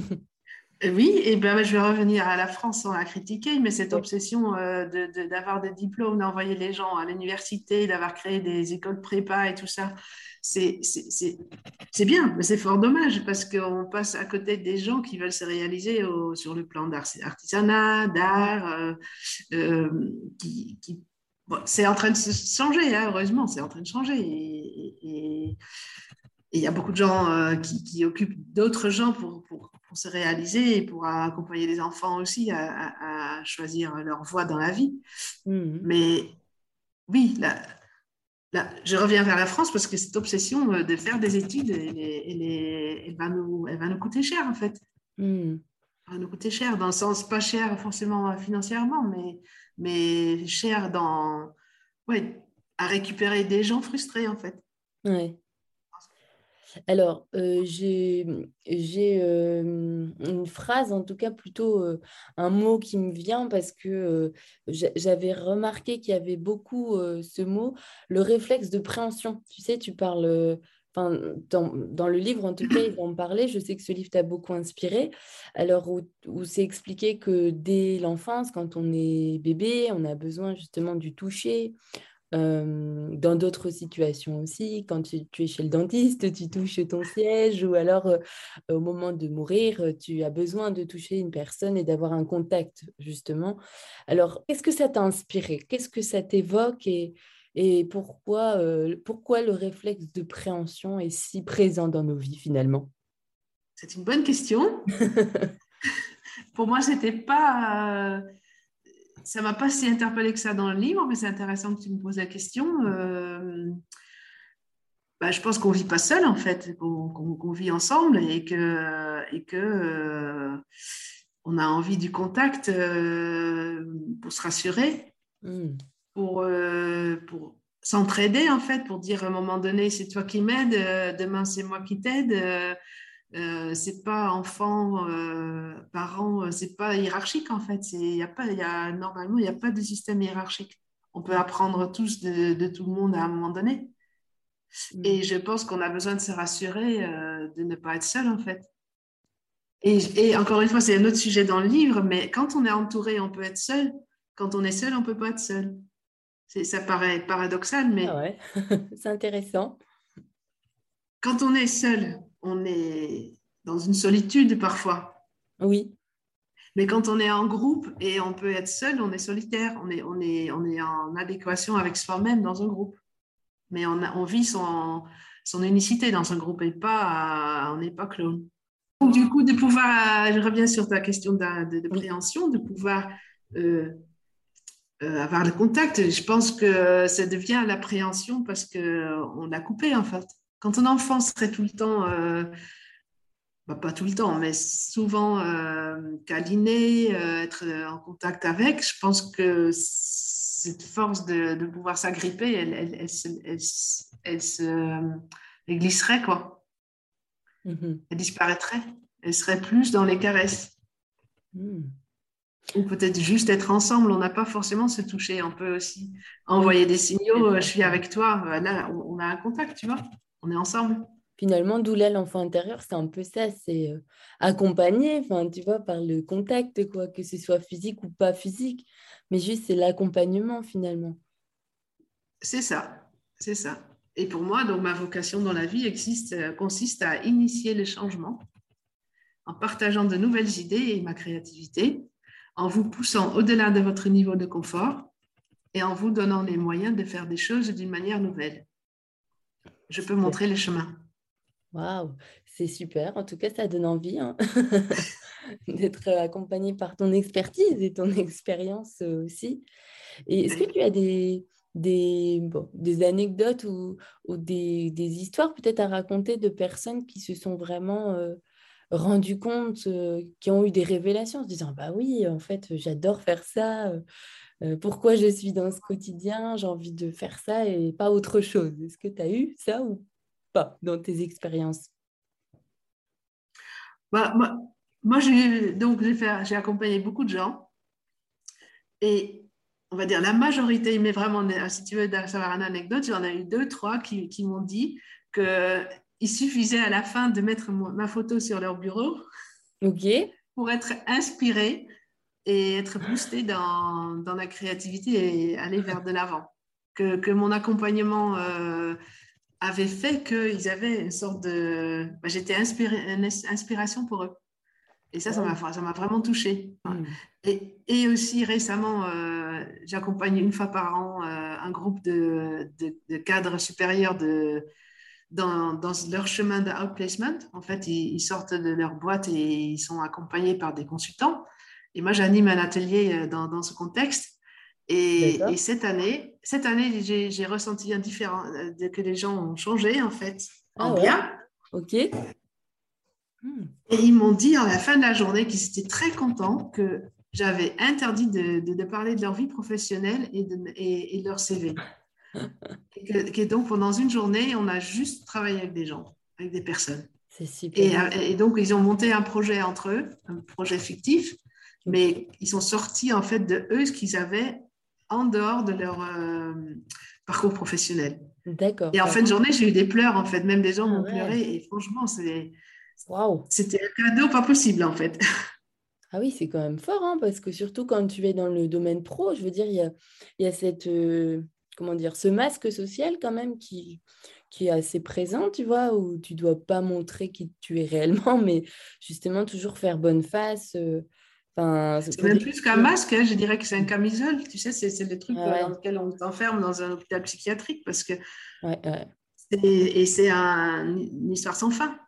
Euh, Oui, et ben, je vais revenir à la France sans la critiquer, mais cette Ouais. obsession euh, de, de- d'avoir des diplômes, d'envoyer les gens à l'université, d'avoir créé des écoles prépa et tout ça, c'est, c'est, c'est, c'est bien, mais c'est fort dommage parce qu'on passe à côté des gens qui veulent se réaliser au- sur le plan d'artisanat, d'art, euh, euh, qui, qui- bon, c'est en train de se changer, hein, heureusement, c'est en train de changer. Et, et- et il y a beaucoup de gens euh, qui, qui occupent d'autres gens pour, pour, pour se réaliser et pour accompagner les enfants aussi à, à- à choisir leur voie dans la vie. Mhm. Mais oui, là, là, je reviens vers la France parce que cette obsession euh, de faire des études, elle, est- elle, est- elle va nous, elle va nous coûter cher en fait. Mhm. Elle va nous coûter cher dans le sens pas cher forcément financièrement, mais, mais cher dans, ouais, à récupérer des gens frustrés en fait. Ouais. Alors, euh, j'ai, j'ai euh, une phrase, en tout cas plutôt euh, un mot qui me vient parce que euh, j'a- j'avais remarqué qu'il y avait beaucoup euh, ce mot, le réflexe de préhension. Tu sais, tu parles, euh, enfin, dans, dans le livre en tout cas, ils en parlaient. Je sais que ce livre t'a beaucoup inspiré. Alors, où, où c'est expliqué que dès l'enfance, quand on est bébé, on a besoin justement du toucher. Euh, dans d'autres situations aussi, quand tu, tu es chez le dentiste, tu touches ton siège ou alors euh, au moment de mourir, euh, tu as besoin de toucher une personne et d'avoir un contact, justement. Alors, qu'est-ce que ça t'a inspiré? Qu'est-ce que ça t'évoque et, et pourquoi, euh, pourquoi le réflexe de préhension est si présent dans nos vies finalement? C'est une bonne question. Pour moi, c'était pas, euh, ça m'a pas si interpellé que ça dans le livre, mais c'est intéressant que tu me poses la question. Euh, bah, je pense qu'on vit pas seul en fait, qu'on qu'on- qu'on vit ensemble et que et que euh, on a envie du contact euh, pour se rassurer, Hmm. pour euh, pour s'entraider en fait, pour dire à un moment donné c'est toi qui m'aides, euh, demain c'est moi qui t'aide. Euh, euh, c'est pas enfant, euh, parent, euh, c'est pas hiérarchique en fait. C'est, y a pas, y a, normalement, il n'y a pas de système hiérarchique. On peut apprendre tous de, de tout le monde à un moment donné. Hmm. Et je pense qu'on a besoin de se rassurer, euh, de ne pas être seul en fait. Et, et encore une fois, c'est un autre sujet dans le livre, mais quand on est entouré, on peut être seul. Quand on est seul, on peut pas être seul. C'est, ça paraît paradoxal, Ah mais ouais, c'est intéressant. quand on est seul, on est dans une solitude parfois. Oui. Mais quand on est en groupe et on peut être seul, on est solitaire, on est, on est, on est en adéquation avec soi-même dans un groupe. Mais on, a, on vit son, son unicité dans un groupe et pas, on n'est pas clone. Donc, du coup, de pouvoir, je reviens sur ta question de, de, de Oui. préhension, de pouvoir euh, euh, avoir le contact, je pense que ça devient l'appréhension parce qu'on l'a coupé en fait. Quand un enfant serait tout le temps euh, bah, pas tout le temps, mais souvent euh, câliner, euh, être en contact avec, je pense que cette force de, de pouvoir s'agripper, elle, elle, elle, se, elle, elle se elle glisserait, quoi. Mhm. Elle disparaîtrait. Elle serait plus dans les caresses. Hmm. Ou peut-être juste être ensemble. On n'a pas forcément se toucher. On peut aussi Oui, envoyer des c'est signaux. Je ça. suis avec toi. Là, on a un contact, tu vois. On est ensemble. Finalement, d'où là l'enfant intérieur, c'est un peu ça, c'est euh, accompagner, enfin, tu vois, par le contact, quoi, que ce soit physique ou pas physique, mais juste c'est l'accompagnement finalement. C'est ça, c'est ça. Et pour moi, donc, ma vocation dans la vie existe, euh, consiste à initier le changement en partageant de nouvelles idées et ma créativité, en vous poussant au-delà de votre niveau de confort et en vous donnant les moyens de faire des choses d'une manière nouvelle. Je peux Super. montrer le chemin. Waouh, c'est super. En tout cas, ça donne envie hein, d'être accompagné par ton expertise et ton expérience euh, aussi. Et est-ce que Oui. tu as des, des, bon, des anecdotes ou, ou des, des histoires peut-être à raconter de personnes qui se sont vraiment euh, rendues compte, euh, qui ont eu des révélations en se disant, bah oui, en fait, j'adore faire ça. euh, euh, pourquoi je suis dans ce quotidien? J'ai envie de faire ça et pas autre chose. Est-ce que tu as eu ça ou pas dans tes expériences? Bah, moi, moi j'ai donc j'ai fait, j'ai accompagné beaucoup de gens et on va dire la majorité, mais vraiment, si tu veux savoir une anecdote, j'en ai eu deux, trois qui, qui m'ont dit qu'il suffisait à la fin de mettre mon- ma photo sur leur bureau Ok. pour être inspiré et être boosté dans, dans la créativité et aller vers de l'avant. Que, que mon accompagnement euh, avait fait qu'ils avaient une sorte de... Bah, j'étais inspiré, une inspiration pour eux. Et ça, ça m'a, Wow. ça m'a vraiment touchée. Hmm. Et, et aussi récemment, euh, j'accompagne une fois par an euh, un groupe de, de, de cadres supérieurs de, dans, dans leur chemin de outplacement. En fait, ils, ils sortent de leur boîte et ils sont accompagnés par des consultants. Et moi, j'anime un atelier euh, dans, dans ce contexte. Et, et D'accord. cette année, cette année j'ai, j'ai ressenti un différent, euh, que les gens ont changé, en fait, en Ah ouais, bien. ok. Hmm. Et ils m'ont dit à la fin de la journée qu'ils étaient très contents que j'avais interdit de, de, de parler de leur vie professionnelle et de, et, et de leur C V. Et que, que donc, pendant une journée, on a juste travaillé avec des gens. avec des personnes. C'est super. Et, et donc, ils ont monté un projet entre eux, un projet fictif, mais ils sont sortis en fait de eux ce qu'ils avaient en dehors de leur euh, parcours professionnel. D'accord. Et en Bah, fin de journée, j'ai eu des pleurs, en fait. Même des gens ah m'ont ouais. pleuré. Et franchement, c'est, Waouh. c'était un cadeau pas possible, en fait. Ah oui, c'est quand même fort, hein, parce que surtout quand tu es dans le domaine pro, je veux dire, il y a, il y a cette, euh, comment dire, ce masque social quand même qui, qui est assez présent, tu vois, où tu dois pas montrer qui tu es réellement, mais justement toujours faire bonne face. euh, Enfin, C'est pour même plus qu'un découvrir. masque, hein. Je dirais que c'est un camisole. Tu sais, c'est, c'est le truc Ah dans ouais, lequel on t'enferme dans un hôpital psychiatrique. Parce que ouais, ouais. c'est, et c'est un- une histoire sans fin.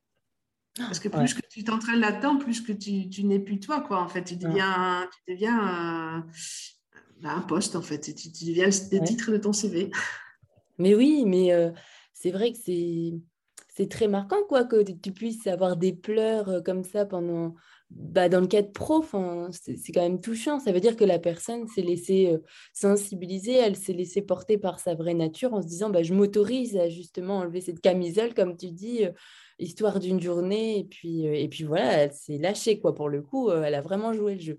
Parce que Ouais, plus que tu t'entraînes là-dedans, plus que tu, tu n'es plus toi, quoi. En fait, tu ouais, deviens, tu deviens euh, bah, un poste, en fait. Tu, tu deviens le, le ouais. titre de ton C V. Mais oui, mais euh, c'est vrai que c'est c'est très marquant quoi que tu puisses avoir des pleurs euh, comme ça pendant bah, dans le cadre pro, enfin, c'est c'est quand même touchant. Ça veut dire que la personne s'est laissée euh, sensibiliser, elle s'est laissée porter par sa vraie nature en se disant bah, je m'autorise à justement enlever cette camisole, comme tu dis, euh, histoire d'une journée, et puis, euh, et puis voilà, elle s'est lâchée quoi pour le coup, euh, elle a vraiment joué le jeu.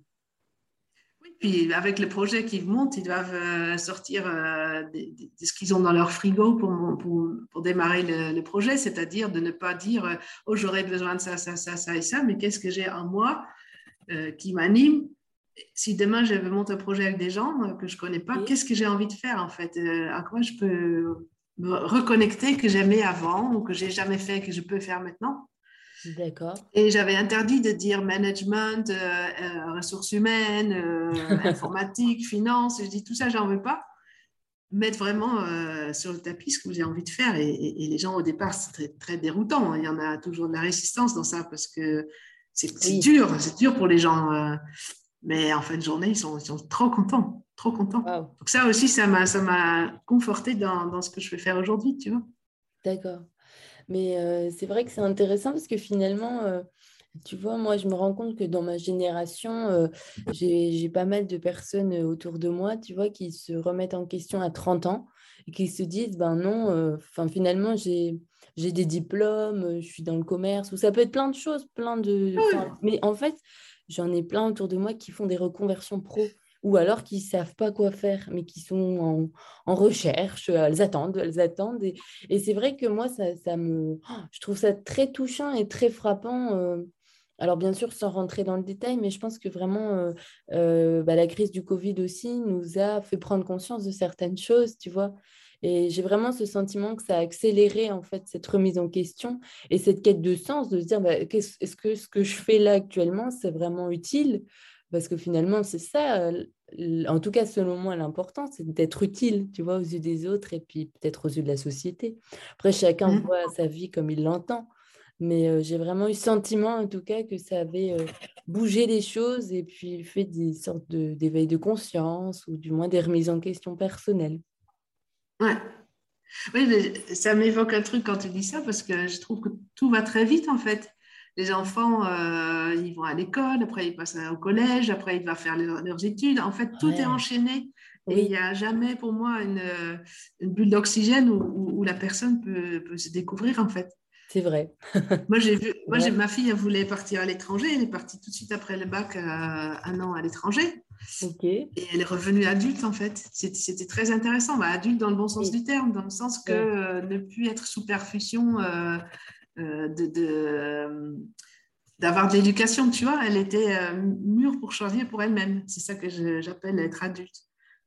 Oui, puis avec le projet qu'ils montent, ils doivent euh, sortir euh, de, de- de ce qu'ils ont dans leur frigo pour, mon- pour, pour démarrer le, le projet, c'est-à-dire de ne pas dire euh, oh, j'aurais besoin de ça, ça, ça, ça et ça, mais qu'est-ce que j'ai en moi euh, qui m'anime? Si demain je monte un projet avec des gens euh, que je ne connais pas, Oui, qu'est-ce que j'ai envie de faire en fait? Euh, à quoi je peux me reconnecter que j'aimais avant ou que j'ai jamais fait que je peux faire maintenant? d'accord. Et j'avais interdit de dire management, euh, euh, ressources humaines, euh, informatique, finance. Je dis tout ça, j'en veux pas. Mettre vraiment euh, sur le tapis ce que vous avez envie de faire. Et, et- et les gens, au départ, c'est très, très déroutant. Il y en a toujours de la résistance dans ça parce que c'est c'est Oui, dur, c'est dur pour les gens. euh, mais en fin de journée, ils sont, ils sont trop contents, trop contents. waouh, Donc ça aussi, ça m'a, ça m'a conforté dans, dans ce que je vais faire aujourd'hui, tu vois. d'accord. Mais euh, c'est vrai que c'est intéressant parce que finalement, euh, tu vois, moi, je me rends compte que dans ma génération, euh, j'ai, j'ai pas mal de personnes euh, autour de moi, tu vois, qui se remettent en question à trente ans et qui se disent, ben non, euh, enfin, finalement, j'ai, j'ai des diplômes, euh, je suis dans le commerce, ou ça peut être plein de choses, plein de... enfin, Oui, mais en fait, j'en ai plein autour de moi qui font des reconversions pro. Ou alors qui ne savent pas quoi faire, mais qui sont en, en recherche, elles attendent, elles attendent. Et, et c'est vrai que moi, ça, ça me, je trouve ça très touchant et très frappant. euh. Alors, bien sûr, sans rentrer dans le détail, mais je pense que vraiment, euh, euh, bah, la crise du Covid aussi nous a fait prendre conscience de certaines choses, tu vois. Et j'ai vraiment ce sentiment que ça a accéléré, en fait, cette remise en question et cette quête de sens, de se dire, bah, qu'est-ce- est-ce que ce que je fais là actuellement, c'est vraiment utile? Parce que finalement, c'est ça, euh, l- en tout cas, selon moi, l'important, c'est d'être utile, tu vois, aux yeux des autres et puis peut-être aux yeux de la société. Après, chacun mmh. voit sa vie comme il l'entend. Mais euh, j'ai vraiment eu le sentiment, en tout cas, que ça avait euh, bougé les choses et puis fait des sortes de, d'éveil de conscience ou du moins des remises en question personnelles. Ouais. Oui, mais ça m'évoque un truc quand tu dis ça parce que je trouve que tout va très vite en fait. Les enfants, euh, ils vont à l'école, après ils passent au collège, après ils vont faire leurs, leurs études. En fait, tout est Ouais, enchaîné et il oui, n'y a jamais pour moi une, une bulle d'oxygène où, où- où la personne peut, peut se découvrir en fait. c'est vrai. Moi, j'ai vu, moi, j'ai, Vraiment. ma fille, elle voulait partir à l'étranger. Elle est partie tout de suite après le bac, euh, un an à l'étranger. Ok. Et elle est revenue adulte, en fait. C'était c'était très intéressant. Bah, adulte dans le bon sens Oui, du terme, dans le sens que ouais, euh, ne plus être sous perfusion euh, euh, de, de, euh, d'avoir de l'éducation, tu vois. Elle était euh, mûre pour choisir pour elle-même. C'est ça que je- j'appelle être adulte.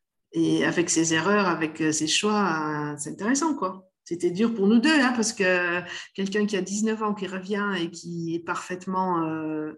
Et avec ses erreurs, avec euh, ses choix, euh, c'est intéressant, quoi. C'était dur pour nous deux, hein, parce que quelqu'un qui a dix-neuf ans, qui revient et qui est parfaitement euh,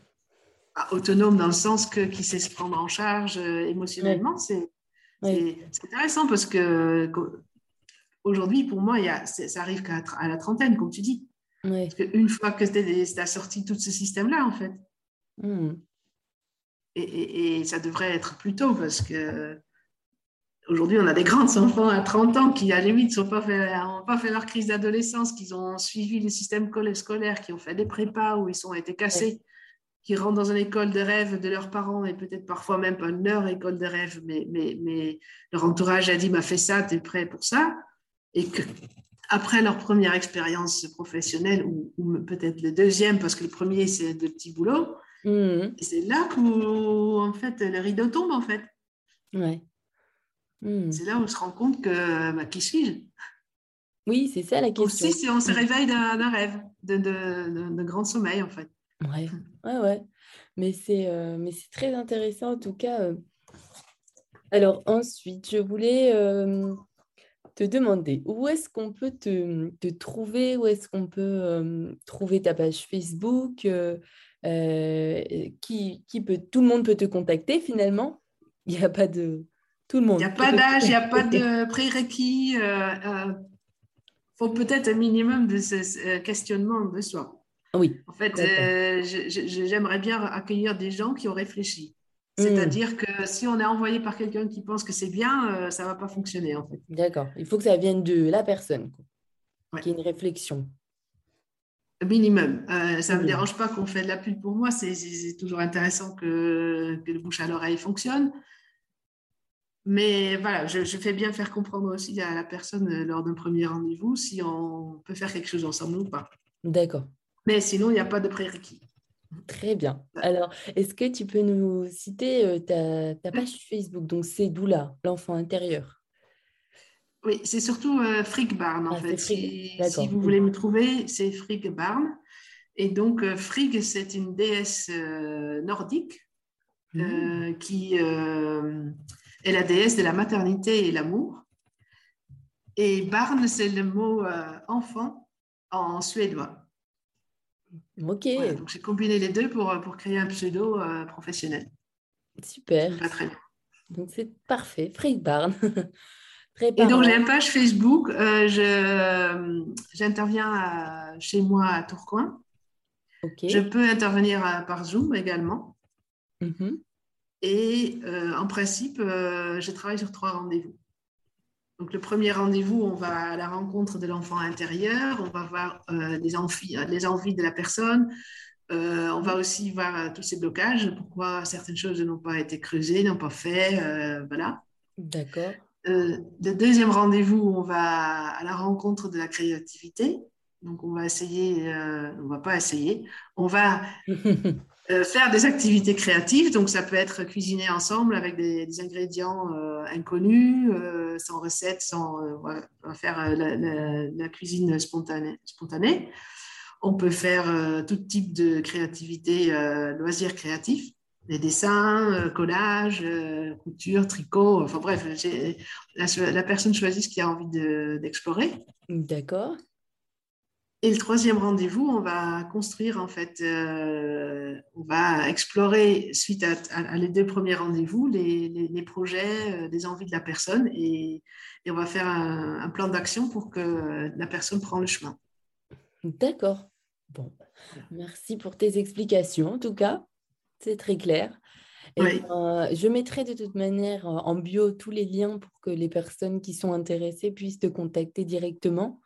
autonome dans le sens que qui sait se prendre en charge euh, ouais, émotionnellement, c'est ouais, c'est c'est intéressant parce que aujourd'hui, pour moi, il y a, ça arrive qu'à à la trentaine, comme tu dis. ouais. Parce qu'une fois que tu as sorti tout ce système-là, en fait, Hmm. et, et, et ça devrait être plus tôt parce que aujourd'hui, on a des grands enfants à trente ans qui, à la limite, n'ont pas, fait, pas fait leur crise d'adolescence, qui ont suivi le système scolaire, qui ont fait des prépas où ils ont été Ouais, cassés, qui rentrent dans une école de rêve de leurs parents et peut-être parfois même pas leur école de rêve, mais, mais, mais leur entourage a dit bah, fais ça, tu es prêt pour ça. Et que après leur première expérience professionnelle, ou, ou peut-être le deuxième, parce que le premier, c'est de petits boulots. Mhm. Et c'est là où, en fait, le rideau tombe, en fait. Ouais. Mhm. C'est là où on se rend compte que, bah, qui suis-je? Oui, c'est ça la Aussi, question. si on se Mhm. réveille d'un d'un rêve, de, de, de, de grand sommeil, en fait. Ouais, ouais, ouais. Mais c'est euh, mais c'est très intéressant en tout cas. euh. Alors ensuite, je voulais euh, te demander où est-ce qu'on peut te, te trouver, où est-ce qu'on peut euh, trouver ta page Facebook, euh, euh, qui, qui peut, tout le monde peut te contacter finalement. Il n'y a pas de... Tout le Il n'y a monde peut pas te d'âge, il n'y a pas contacter. de prérequis. Il euh, euh, faut peut-être un minimum de ce, ce questionnement de soi. Oui, En fait, d'accord. euh, je- je- j'aimerais bien accueillir des gens qui ont réfléchi. Hmm, C'est-à-dire que si on est envoyé par quelqu'un qui pense que c'est bien, euh, ça ne va pas fonctionner, en fait. d'accord. Il faut que ça vienne de la personne, quoi, Ouais. qu'il y ait une réflexion. Minimum. Euh, ça ne me Minimum. dérange pas qu'on fait de la pub pour moi. C'est c'est- c'est toujours intéressant que, que le bouche à l'oreille fonctionne. Mais voilà, je, je fais bien faire comprendre aussi à la personne euh, lors d'un premier rendez-vous si on peut faire quelque chose ensemble ou pas. D'accord. Mais sinon, il n'y a pas de prérequis. Très bien. Alors, est-ce que tu peux nous citer euh, ta, ta page Facebook? Donc, c'est Doula, l'enfant intérieur. Oui, c'est surtout euh, Frick Barn, en Ah, c'est fait. Frigga. Si, si D'accord. vous Oui. voulez me trouver, c'est Frick Barn. Et donc, euh, Frigg, c'est une déesse euh, nordique Mhm. euh, qui euh, est la déesse de la maternité et l'amour. Et Barn, c'est le mot euh, enfant en suédois. Ok, Voilà, donc j'ai combiné les deux pour, pour créer un pseudo euh, professionnel qui super. me va très bien. Donc, c'est parfait. Freak Barn. Très Et donc, j'ai parlant. une page Facebook. Euh, je, j'interviens à- chez moi à Tourcoing. Ok. Je peux intervenir à- par Zoom également. Mhm. Et euh, en principe, euh, je travaille sur trois rendez-vous. Donc, le premier rendez-vous, on va à la rencontre de l'enfant intérieur, on va voir euh, les, envies, les envies de la personne, euh, on va aussi voir euh, tous ces blocages, pourquoi certaines choses n'ont pas été creusées, n'ont pas fait, euh, voilà. D'accord. Euh, le deuxième rendez-vous, on va à la rencontre de la créativité. Donc, on va essayer, euh, on va pas essayer, on va euh, faire des activités créatives. Donc, ça peut être cuisiner ensemble avec des, des ingrédients euh, inconnus, euh, sans recette, sans, euh, on va faire euh, la, la, la, cuisine spontanée, spontanée. On peut faire euh, tout type de créativité, euh, loisirs créatifs, des dessins, euh, collage, euh, couture, tricot, enfin bref, la, la, personne choisit ce qu'il a envie de, d'explorer. D'accord. Et le troisième rendez-vous, on va construire en fait, euh, on va explorer suite à, à, à les deux premiers rendez-vous les, les, les projets, euh, les envies de la personne et, et on va faire un, un plan d'action pour que la personne prenne le chemin. D'accord. Bon, Voilà. merci pour tes explications. En tout cas, c'est très clair. Et Oui, ben, je mettrai de toute manière euh, en bio tous les liens pour que les personnes qui sont intéressées puissent te contacter directement.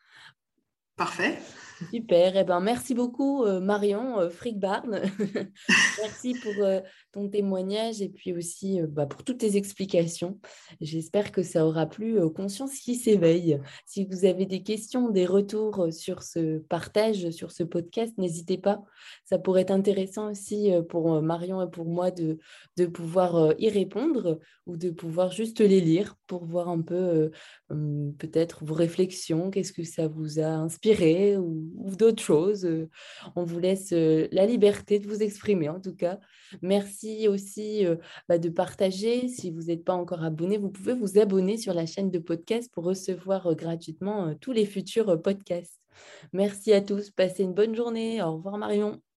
parfait. Super, eh ben, merci beaucoup euh, Marion euh, Frickbarn. Merci pour euh, ton témoignage et puis aussi euh, bah, pour toutes tes explications. J'espère que ça aura plu aux consciences qui s'éveillent. Si vous avez des questions, des retours euh, sur ce partage, sur ce podcast, n'hésitez pas. Ça pourrait être intéressant aussi euh, pour euh, Marion et pour moi de, de pouvoir euh, y répondre ou de pouvoir juste les lire pour voir un peu euh, hum, peut-être vos réflexions, qu'est-ce que ça vous a inspiré ou, ou d'autres choses. Euh, On vous laisse euh, la liberté de vous exprimer en tout cas. Merci aussi euh, bah, de partager. Si vous n'êtes pas encore abonné, vous pouvez vous abonner sur la chaîne de podcast pour recevoir euh, gratuitement euh, tous les futurs euh, podcasts. Merci à tous. Passez une bonne journée. Au revoir Marion.